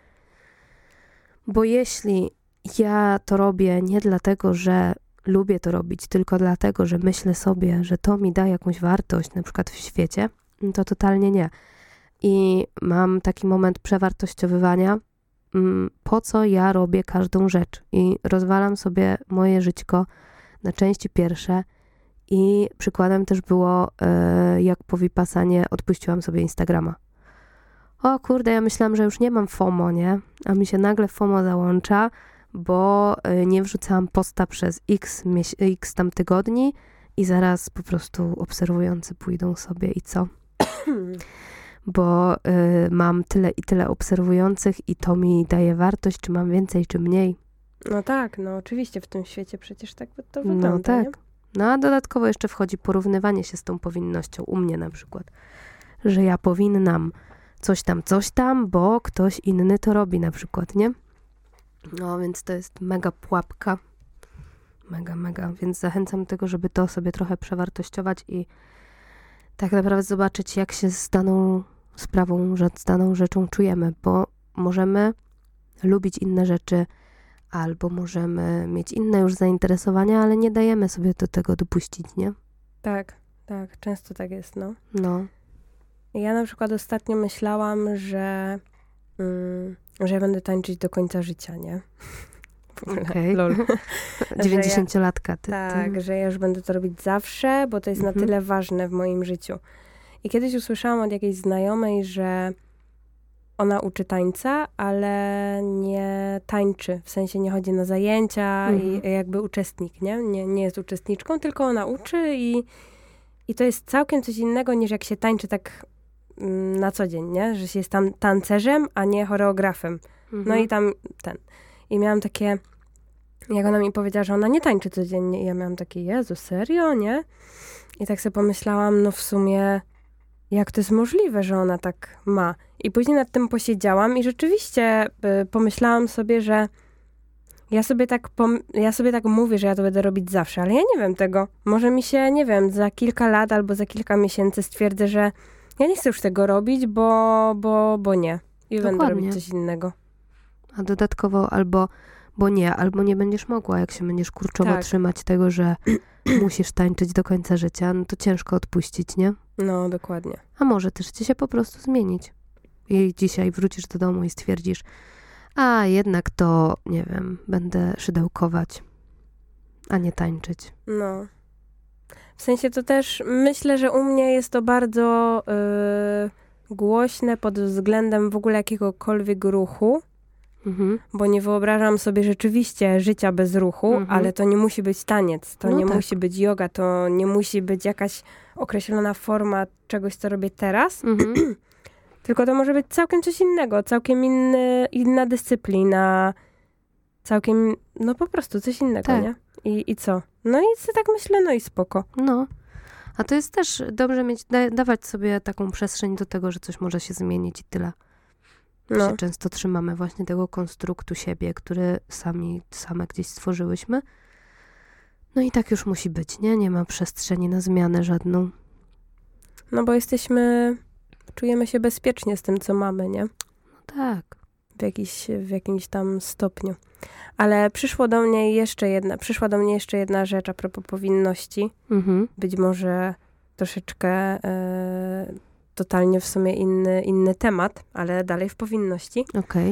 Bo jeśli ja to robię nie dlatego, że lubię to robić, tylko dlatego, że myślę sobie, że to mi da jakąś wartość, na przykład w świecie, to totalnie nie. I mam taki moment przewartościowywania, po co ja robię każdą rzecz. I rozwalam sobie moje żyćko na części pierwsze i przykładem też było, jak po Vipassanie odpuściłam sobie Instagrama. O kurde, ja myślałam, że już nie mam FOMO, nie? A mi się nagle FOMO załącza, bo nie wrzucałam posta przez x tam tygodni i zaraz po prostu obserwujący pójdą sobie i co? Bo mam tyle i tyle obserwujących i to mi daje wartość, czy mam więcej, czy mniej. No tak, no oczywiście w tym świecie przecież tak to wygląda, no tak. Nie? No a dodatkowo jeszcze wchodzi porównywanie się z tą powinnością u mnie na przykład, że ja powinnam coś tam, bo ktoś inny to robi na przykład, nie? No więc to jest mega pułapka. Mega. Więc zachęcam do tego, żeby to sobie trochę przewartościować i tak naprawdę zobaczyć, jak się z daną sprawą, z daną rzeczą czujemy, bo możemy lubić inne rzeczy albo możemy mieć inne już zainteresowania, ale nie dajemy sobie do tego dopuścić, nie? Tak, często tak jest, no. No. Ja na przykład ostatnio myślałam, że ja będę tańczyć do końca życia, nie? Okej. Lol. 90-latka. Tak, że ja już będę to robić zawsze, bo to jest na tyle ważne w moim życiu. I kiedyś usłyszałam od jakiejś znajomej, że ona uczy tańca, ale nie tańczy. W sensie nie chodzi na zajęcia i jakby uczestnik, nie? Nie jest uczestniczką, tylko ona uczy i to jest całkiem coś innego niż jak się tańczy tak na co dzień, nie? Że się jest tam tancerzem, a nie choreografem. No i tam I miałam takie, jak ona mi powiedziała, że ona nie tańczy codziennie i ja miałam takie, Jezu, serio, nie? I tak sobie pomyślałam, no w sumie jak to jest możliwe, że ona tak ma. I później nad tym posiedziałam i rzeczywiście pomyślałam sobie, że ja sobie tak mówię, że ja to będę robić zawsze, ale ja nie wiem tego. Może mi się, nie wiem, za kilka lat albo za kilka miesięcy stwierdzę, że ja nie chcę już tego robić, bo nie. I będę robić coś innego. A dodatkowo albo nie będziesz mogła, jak się będziesz kurczowo trzymać tego, że musisz tańczyć do końca życia, no to ciężko odpuścić, nie? No, dokładnie. A może też ci się po prostu zmienić. I dzisiaj wrócisz do domu i stwierdzisz, a jednak to, nie wiem, będę szydełkować, a nie tańczyć. No. W sensie to też myślę, że u mnie jest to bardzo głośne pod względem w ogóle jakiegokolwiek ruchu, bo nie wyobrażam sobie rzeczywiście życia bez ruchu, ale to nie musi być taniec, to nie musi być joga, to nie musi być jakaś określona forma czegoś, co robię teraz, tylko to może być całkiem coś innego, całkiem inna dyscyplina, całkiem, no po prostu coś innego, nie? I co? No i sobie tak myślę, no i spoko. No, a to jest też dobrze dawać sobie taką przestrzeń do tego, że coś może się zmienić i tyle. Się często trzymamy właśnie tego konstruktu siebie, który same gdzieś stworzyłyśmy. No i tak już musi być, nie? Nie ma przestrzeni na zmianę żadną. No bo czujemy się bezpiecznie z tym, co mamy, nie? No tak. W jakimś tam stopniu. Ale przyszła do mnie jeszcze jedna rzecz a propos powinności. Być może troszeczkę totalnie w sumie inny temat, ale dalej w powinności. Okej.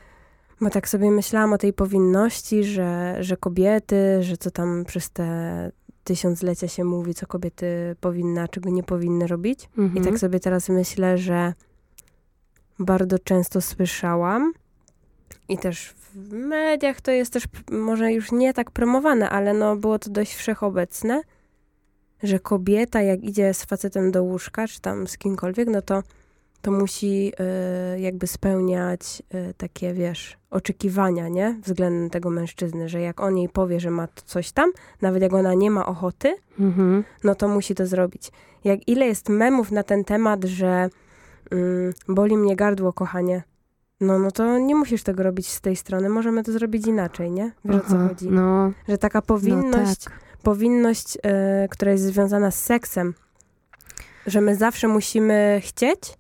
Bo tak sobie myślałam o tej powinności, że kobiety, że co tam przez te tysiąclecia się mówi, co kobiety powinny, a czego nie powinny robić. I tak sobie teraz myślę, że bardzo często słyszałam i też w mediach to jest też może już nie tak promowane, ale no było to dość wszechobecne, że kobieta jak idzie z facetem do łóżka, czy tam z kimkolwiek, no to musi jakby spełniać takie, wiesz, oczekiwania, nie? Względem tego mężczyzny, że jak on jej powie, że ma coś tam, nawet jak ona nie ma ochoty, no to musi to zrobić. Ile jest memów na ten temat, że boli mnie gardło, kochanie. No to nie musisz tego robić z tej strony, możemy to zrobić inaczej, nie? Wiesz, o co chodzi? No. Że taka powinność, która jest związana z seksem, że my zawsze musimy chcieć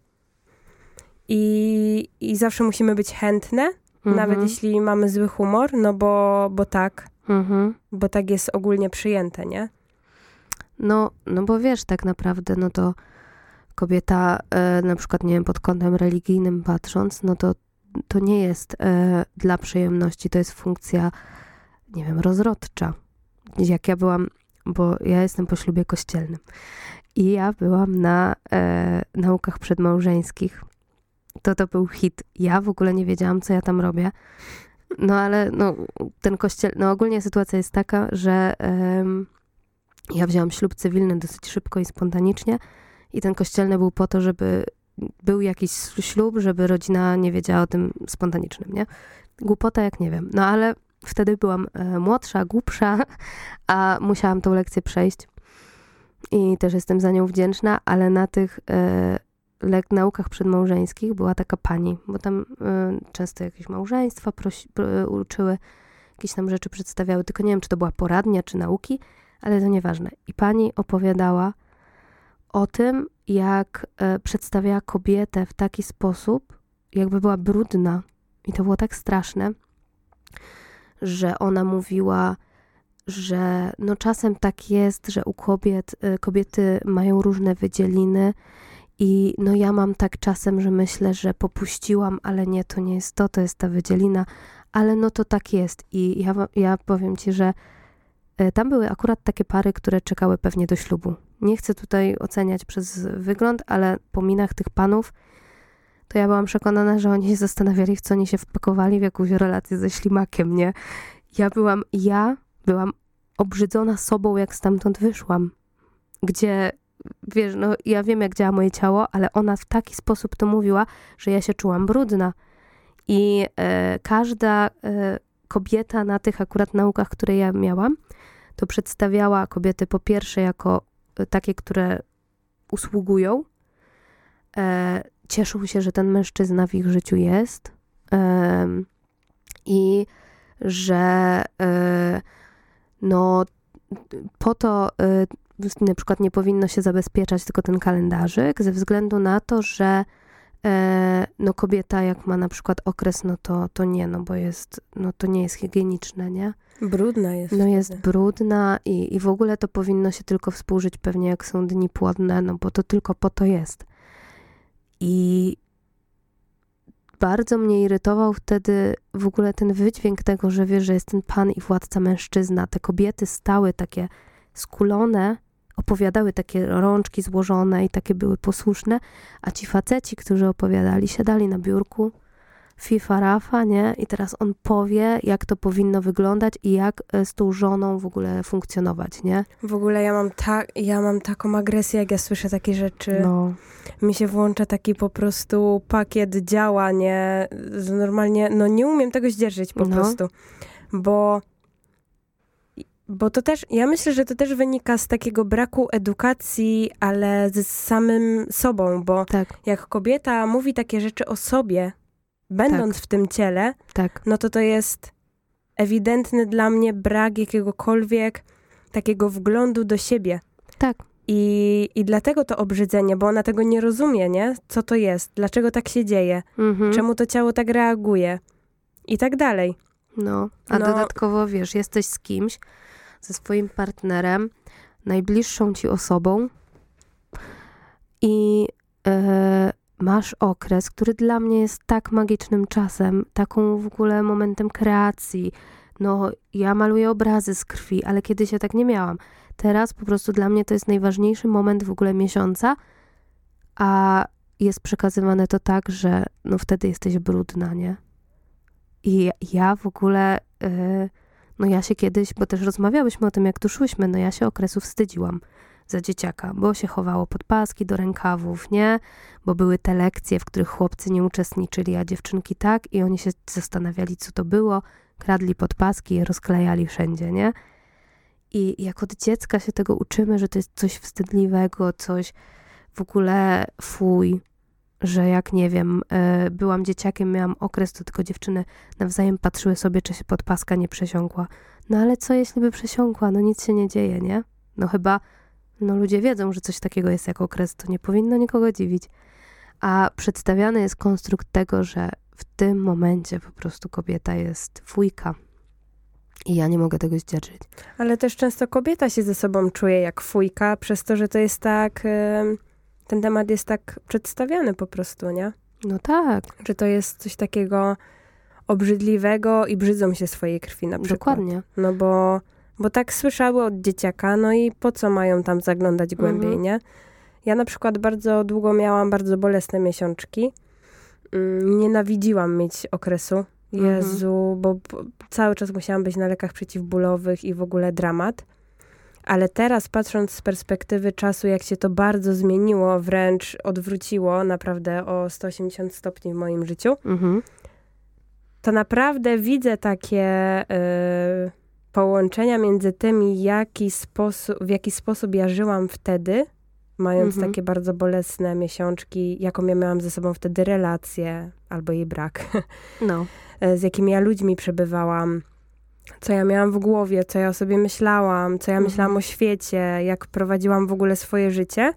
i zawsze musimy być chętne, nawet jeśli mamy zły humor, no bo tak. Bo tak jest ogólnie przyjęte, nie? No bo wiesz, tak naprawdę, no to kobieta, na przykład, nie wiem, pod kątem religijnym patrząc, no to nie jest dla przyjemności, to jest funkcja, nie wiem, rozrodcza. Jak ja byłam, bo ja jestem po ślubie kościelnym i ja byłam na naukach przedmałżeńskich. To był hit. Ja w ogóle nie wiedziałam, co ja tam robię. No ale ten kościel, ogólnie sytuacja jest taka, że ja wzięłam ślub cywilny dosyć szybko i spontanicznie i ten kościelny był po to, żeby był jakiś ślub, żeby rodzina nie wiedziała o tym spontanicznym, nie? Głupota jak nie wiem. No ale wtedy byłam młodsza, głupsza, a musiałam tą lekcję przejść i też jestem za nią wdzięczna, ale na tych naukach przedmałżeńskich była taka pani, bo tam często jakieś małżeństwa uczyły, jakieś tam rzeczy przedstawiały, tylko nie wiem, czy to była poradnia, czy nauki, ale to nieważne. I pani opowiadała o tym, jak przedstawiała kobietę w taki sposób, jakby była brudna. I to było tak straszne, że ona mówiła, że czasem tak jest, że u kobiety mają różne wydzieliny I no ja mam tak czasem, że myślę, że popuściłam, ale nie, to nie jest to jest ta wydzielina, ale no to tak jest. I ja powiem ci, że tam były akurat takie pary, które czekały pewnie do ślubu. Nie chcę tutaj oceniać przez wygląd, ale po minach tych panów, to ja byłam przekonana, że oni się zastanawiali, w co oni się wpakowali, w jakąś relację ze ślimakiem, nie? Ja byłam obrzydzona sobą, jak stamtąd wyszłam. Gdzie, wiesz, no ja wiem, jak działa moje ciało, ale ona w taki sposób to mówiła, że ja się czułam brudna. I każda kobieta na tych akurat naukach, które ja miałam, to przedstawiała kobiety po pierwsze jako takie, które usługują, cieszą się, że ten mężczyzna w ich życiu jest i że no po to na przykład nie powinno się zabezpieczać tylko ten kalendarzyk ze względu na to, że no kobieta jak ma na przykład okres, no to nie, no bo jest, no to nie jest higieniczne, nie? Brudna jest. No jest brudna i w ogóle to powinno się tylko współżyć pewnie jak są dni płodne, no bo to tylko po to jest. I bardzo mnie irytował wtedy w ogóle ten wydźwięk tego, że wiesz, że jest ten pan i władca mężczyzna. Te kobiety stały takie skulone, opowiadały takie rączki złożone i takie były posłuszne, a ci faceci, którzy opowiadali, siadali na biurku, fifa rafa, nie? I teraz on powie, jak to powinno wyglądać i jak z tą żoną w ogóle funkcjonować, nie? W ogóle ja mam taką agresję, jak ja słyszę takie rzeczy. No. Mi się włącza taki po prostu pakiet działań, nie? Normalnie, no nie umiem tego zdzierżyć po prostu. Bo to też, ja myślę, że to też wynika z takiego braku edukacji, ale z samym sobą, bo jak kobieta mówi takie rzeczy o sobie, będąc w tym ciele, no to jest ewidentny dla mnie brak jakiegokolwiek takiego wglądu do siebie. Tak. I dlatego to obrzydzenie, bo ona tego nie rozumie, nie? Co to jest? Dlaczego tak się dzieje? Czemu to ciało tak reaguje? I tak dalej. No, dodatkowo, wiesz, jesteś z kimś, ze swoim partnerem, najbliższą ci osobą i masz okres, który dla mnie jest tak magicznym czasem, taką w ogóle momentem kreacji. No, ja maluję obrazy z krwi, ale kiedyś ja tak nie miałam. Teraz po prostu dla mnie to jest najważniejszy moment w ogóle miesiąca, a jest przekazywane to tak, że no wtedy jesteś brudna, nie? I ja w ogóle, no ja się kiedyś, bo też rozmawiałyśmy o tym, jak tu szłyśmy, no ja się okresu wstydziłam za dzieciaka, bo się chowało podpaski do rękawów, nie? Bo były te lekcje, w których chłopcy nie uczestniczyli, a dziewczynki tak i oni się zastanawiali, co to było, kradli podpaski i rozklejali wszędzie, nie? I jak od dziecka się tego uczymy, że to jest coś wstydliwego, coś w ogóle fuj, że jak nie wiem, byłam dzieciakiem, miałam okres, to tylko dziewczyny nawzajem patrzyły sobie, czy się podpaska nie przesiąkła. No ale co jeśli by przesiąkła? No nic się nie dzieje, nie? No chyba, no ludzie wiedzą, że coś takiego jest jak okres, to nie powinno nikogo dziwić. A przedstawiany jest konstrukt tego, że w tym momencie po prostu kobieta jest fujka. I ja nie mogę tego zdzierżyć. Ale też często kobieta się ze sobą czuje jak fujka, przez to, że to jest tak... Ten temat jest tak przedstawiany po prostu, nie? No tak. Że to jest coś takiego obrzydliwego i brzydzą się swojej krwi na przykład. Dokładnie. No bo tak słyszały od dzieciaka, no i po co mają tam zaglądać głębiej, nie? Ja na przykład bardzo długo miałam bardzo bolesne miesiączki. Nienawidziłam mieć okresu. Jezu, bo cały czas musiałam być na lekach przeciwbólowych i w ogóle dramat. Ale teraz patrząc z perspektywy czasu, jak się to bardzo zmieniło, wręcz odwróciło naprawdę o 180 stopni w moim życiu, to naprawdę widzę takie połączenia między tym, w jaki sposób ja żyłam wtedy, mając takie bardzo bolesne miesiączki, jaką ja miałam ze sobą wtedy relację, albo jej brak, z jakimi ja ludźmi przebywałam, co ja miałam w głowie, co ja o sobie myślałam, co ja myślałam o świecie, jak prowadziłam w ogóle swoje życie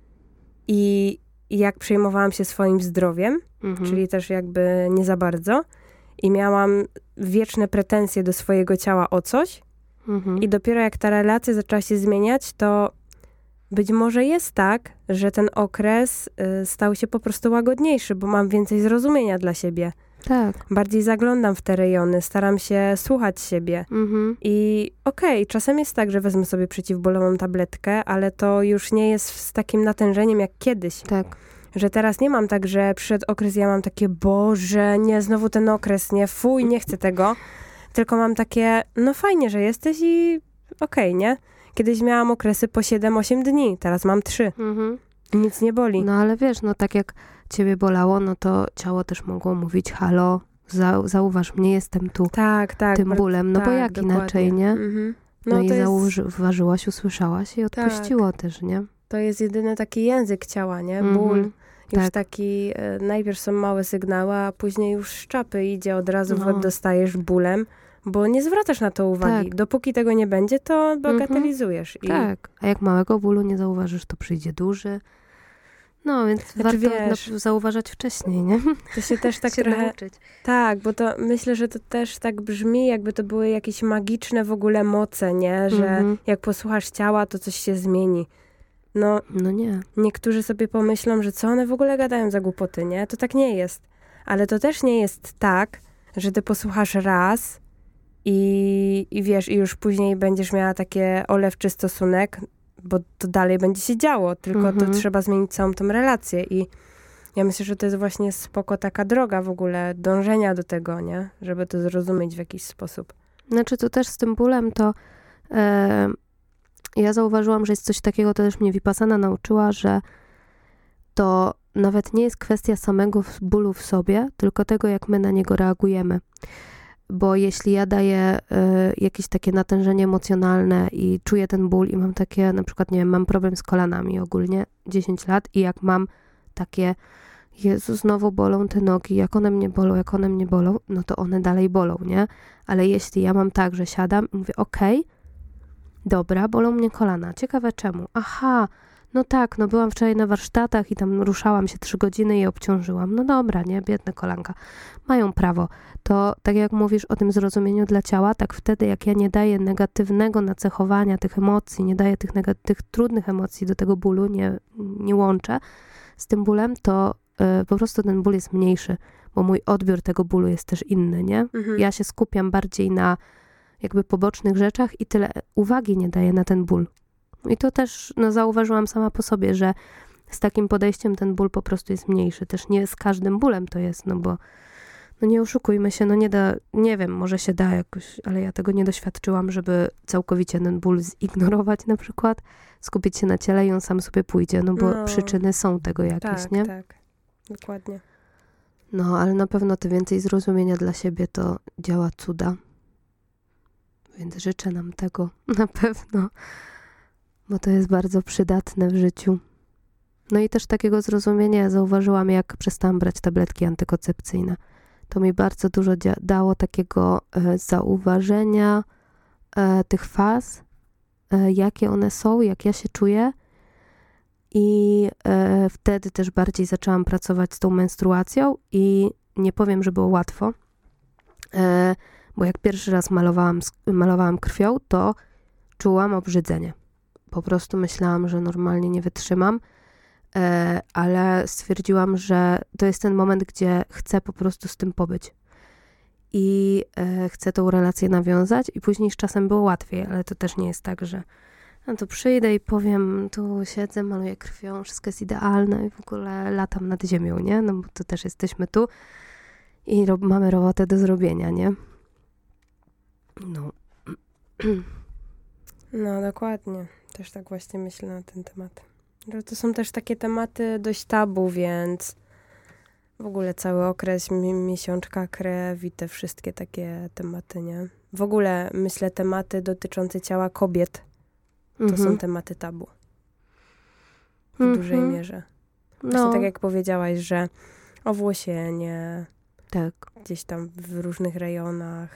i jak przejmowałam się swoim zdrowiem, czyli też jakby nie za bardzo. I miałam wieczne pretensje do swojego ciała o coś. I dopiero jak ta relacja zaczęła się zmieniać, to być może jest tak, że ten okres stał się po prostu łagodniejszy, bo mam więcej zrozumienia dla siebie. Tak. Bardziej zaglądam w te rejony, staram się słuchać siebie. I okej, czasem jest tak, że wezmę sobie przeciwbólową tabletkę, ale to już nie jest z takim natężeniem jak kiedyś. Tak. Że teraz nie mam tak, że przyszedł okres, ja mam takie, Boże, nie, znowu ten okres, nie, fuj, nie chcę tego. Tylko mam takie, no fajnie, że jesteś i okej, nie? Kiedyś miałam okresy po 7-8 dni, teraz mam 3. Nic nie boli. No ale wiesz, no tak jak ciebie bolało, no to ciało też mogło mówić, halo, zauważ mnie, jestem tu Tak, tym bólem, no tak, bo jak dokładnie. inaczej, nie? No i to jest, zauważyłaś, usłyszałaś i odpuściło też, nie? to jest jedyny taki język ciała, nie? Mhm. Ból. Już Tak. taki, najpierw są małe sygnały, a później już szczapy idzie, od razu w No. łeb dostajesz bólem, bo nie zwracasz na to uwagi. Tak. Dopóki tego nie będzie, to bagatelizujesz. I Tak, a jak małego bólu nie zauważysz, to przyjdzie duży. No, więc Znaczy, warto zauważać wcześniej, nie? to się też tak się trochę... nauczyć. Tak, bo to myślę, że to też tak brzmi, jakby to były jakieś magiczne w ogóle moce, nie? Że jak posłuchasz ciała, to coś się zmieni. No, No nie. niektórzy sobie pomyślą, że co one w ogóle gadają za głupoty, nie? To tak nie jest. Ale to też nie jest tak, że ty posłuchasz raz i wiesz, i już później będziesz miała takie olewczy stosunek, bo to dalej będzie się działo, tylko to trzeba zmienić całą tą relację i ja myślę, że to jest właśnie spoko taka droga w ogóle dążenia do tego, nie? Żeby to zrozumieć w jakiś sposób. Znaczy to też z tym bólem to ja zauważyłam, że jest coś takiego, to też mnie Vipassana nauczyła, że to nawet nie jest kwestia samego bólu w sobie, tylko tego, jak my na niego reagujemy. Bo jeśli ja daję jakieś takie natężenie emocjonalne i czuję ten ból i mam takie, na przykład, nie wiem, mam problem z kolanami ogólnie 10 lat i jak mam takie, Jezu, znowu bolą te nogi, jak one mnie bolą, no to one dalej bolą, nie? Ale jeśli ja mam tak, że siadam i mówię, okej, dobra, bolą mnie kolana, ciekawe czemu? Aha, no tak, no byłam wczoraj na warsztatach i tam ruszałam się 3 godziny i je obciążyłam. No dobra, nie, biedne kolanka. Mają prawo. To tak jak mówisz o tym zrozumieniu dla ciała, tak wtedy jak ja nie daję negatywnego nacechowania tych emocji, nie daję tych trudnych emocji do tego bólu, nie łączę z tym bólem, to po prostu ten ból jest mniejszy, bo mój odbiór tego bólu jest też inny, nie? Ja się skupiam bardziej na jakby pobocznych rzeczach i tyle uwagi nie daję na ten ból. I to też zauważyłam sama po sobie, że z takim podejściem ten ból po prostu jest mniejszy. Też nie z każdym bólem to jest, no bo nie oszukujmy się, nie da, nie wiem, może się da jakoś, ale ja tego nie doświadczyłam, żeby całkowicie ten ból zignorować na przykład, skupić się na ciele i on sam sobie pójdzie, no bo przyczyny są tego jakieś, nie? Tak, dokładnie. No, ale na pewno to więcej zrozumienia dla siebie to działa cuda. Więc życzę nam tego na pewno, bo to jest bardzo przydatne w życiu. No i też takiego zrozumienia ja zauważyłam, jak przestałam brać tabletki antykoncepcyjne. To mi bardzo dużo dało takiego zauważenia tych faz, jakie one są, jak ja się czuję. I wtedy też bardziej zaczęłam pracować z tą menstruacją i nie powiem, że było łatwo, bo jak pierwszy raz malowałam krwią, to czułam obrzydzenie. Po prostu myślałam, że normalnie nie wytrzymam, ale stwierdziłam, że to jest ten moment, gdzie chcę po prostu z tym pobyć. I chcę tą relację nawiązać i później z czasem było łatwiej, ale to też nie jest tak, że no to przyjdę i powiem, tu siedzę, maluję krwią, wszystko jest idealne i w ogóle latam nad ziemią, nie? No bo to też jesteśmy tu i mamy robotę do zrobienia, nie? No. No, dokładnie. Też tak właśnie myślę na ten temat. To są też takie tematy dość tabu, więc w ogóle cały okres, miesiączka, krew i te wszystkie takie tematy, nie? W ogóle myślę tematy dotyczące ciała kobiet. To są tematy tabu. W dużej mierze. Właśnie tak jak powiedziałaś, że owłosienie, tak. Gdzieś tam w różnych rejonach,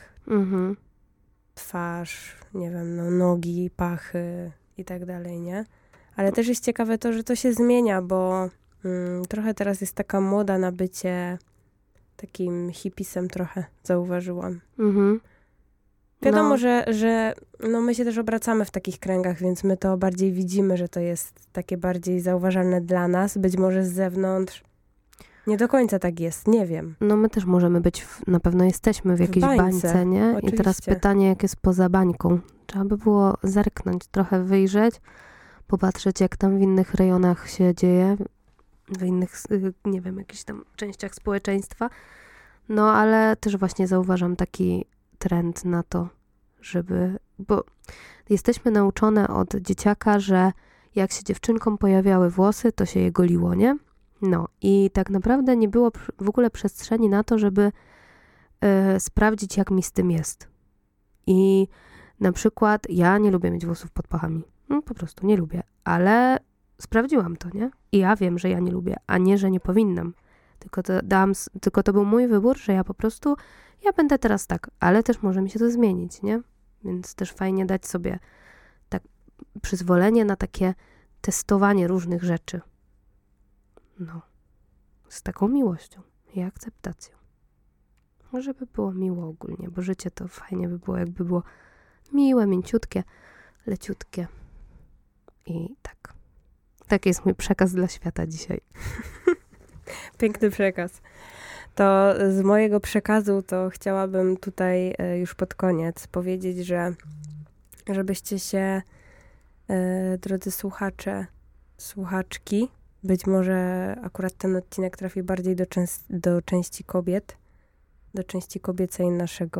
twarz, nie wiem, no, nogi, pachy i tak dalej, nie? Ale też jest ciekawe to, że to się zmienia, bo trochę teraz jest taka moda na bycie takim hipisem trochę, zauważyłam. Wiadomo, że no my się też obracamy w takich kręgach, więc my to bardziej widzimy, że to jest takie bardziej zauważalne dla nas. Być może z zewnątrz nie do końca tak jest, nie wiem. No my też możemy być, na pewno jesteśmy w jakiejś bańce, nie? Oczywiście. I teraz pytanie, jak jest poza bańką. Trzeba by było zerknąć, trochę wyjrzeć, popatrzeć, jak tam w innych rejonach się dzieje, w innych, nie wiem, jakichś tam częściach społeczeństwa. No, ale też właśnie zauważam taki trend na to, bo jesteśmy nauczone od dzieciaka, że jak się dziewczynkom pojawiały włosy, to się je goliło, nie? No i tak naprawdę nie było w ogóle przestrzeni na to, żeby sprawdzić, jak mi z tym jest. I na przykład ja nie lubię mieć włosów pod pachami. No, po prostu nie lubię, ale sprawdziłam to, nie? I ja wiem, że ja nie lubię, a nie, że nie powinnam. Tylko to był mój wybór, że ja po prostu, ja będę teraz tak, ale też może mi się to zmienić, nie? Więc też fajnie dać sobie tak przyzwolenie na takie testowanie różnych rzeczy. No, z taką miłością i akceptacją. Żeby było miło ogólnie, bo życie to fajnie by było, jakby było miłe, mięciutkie, leciutkie. I tak. Taki jest mój przekaz dla świata dzisiaj. Piękny przekaz. To z mojego przekazu to chciałabym tutaj już pod koniec powiedzieć, że żebyście się, drodzy słuchacze, słuchaczki, być może akurat ten odcinek trafi bardziej do części kobiet, do części kobiecej naszych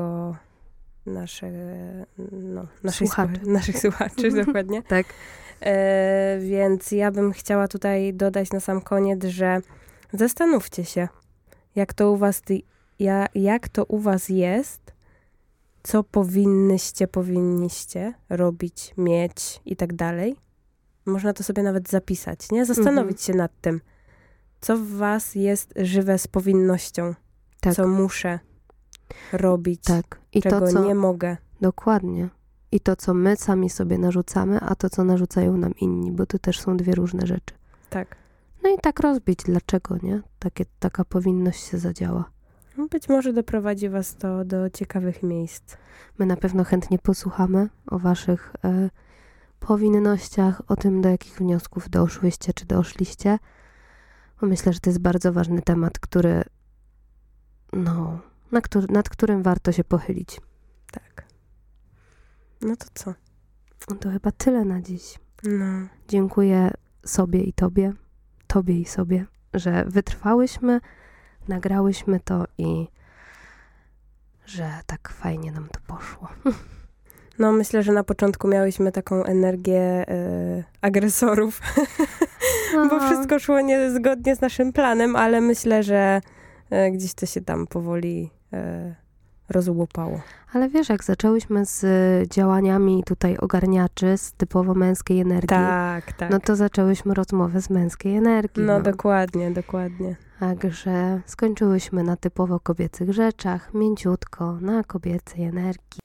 słuchaczy, dokładnie. Tak. Więc ja bym chciała tutaj dodać na sam koniec, że zastanówcie się, jak to u was jest, co powinniście robić, mieć i tak dalej. Można to sobie nawet zapisać, nie? Zastanowić się nad tym, co w was jest żywe z powinnością, tak. Co muszę robić, tak. I czego to, co nie mogę. Dokładnie. I to, co my sami sobie narzucamy, a to, co narzucają nam inni, bo to też są dwie różne rzeczy. Tak. No i tak rozbić, dlaczego, nie? Taka powinność się zadziała. Być może doprowadzi was to do ciekawych miejsc. My na pewno chętnie posłuchamy o waszych powinnościach, o tym, do jakich wniosków doszłyście, czy doszliście. Bo myślę, że to jest bardzo ważny temat, który, nad którym warto się pochylić. Tak. No to co? To chyba tyle na dziś. No. Dziękuję sobie i tobie i sobie, że wytrwałyśmy, nagrałyśmy to i że tak fajnie nam to poszło. No myślę, że na początku miałyśmy taką energię agresorów, bo wszystko szło niezgodnie z naszym planem, ale myślę, że gdzieś to się tam powoli rozłupało. Ale wiesz, jak zaczęłyśmy z działaniami tutaj ogarniaczy z typowo męskiej energii, tak. No to zaczęłyśmy rozmowę z męskiej energii. No dokładnie. Także skończyłyśmy na typowo kobiecych rzeczach, mięciutko, na kobiecej energii.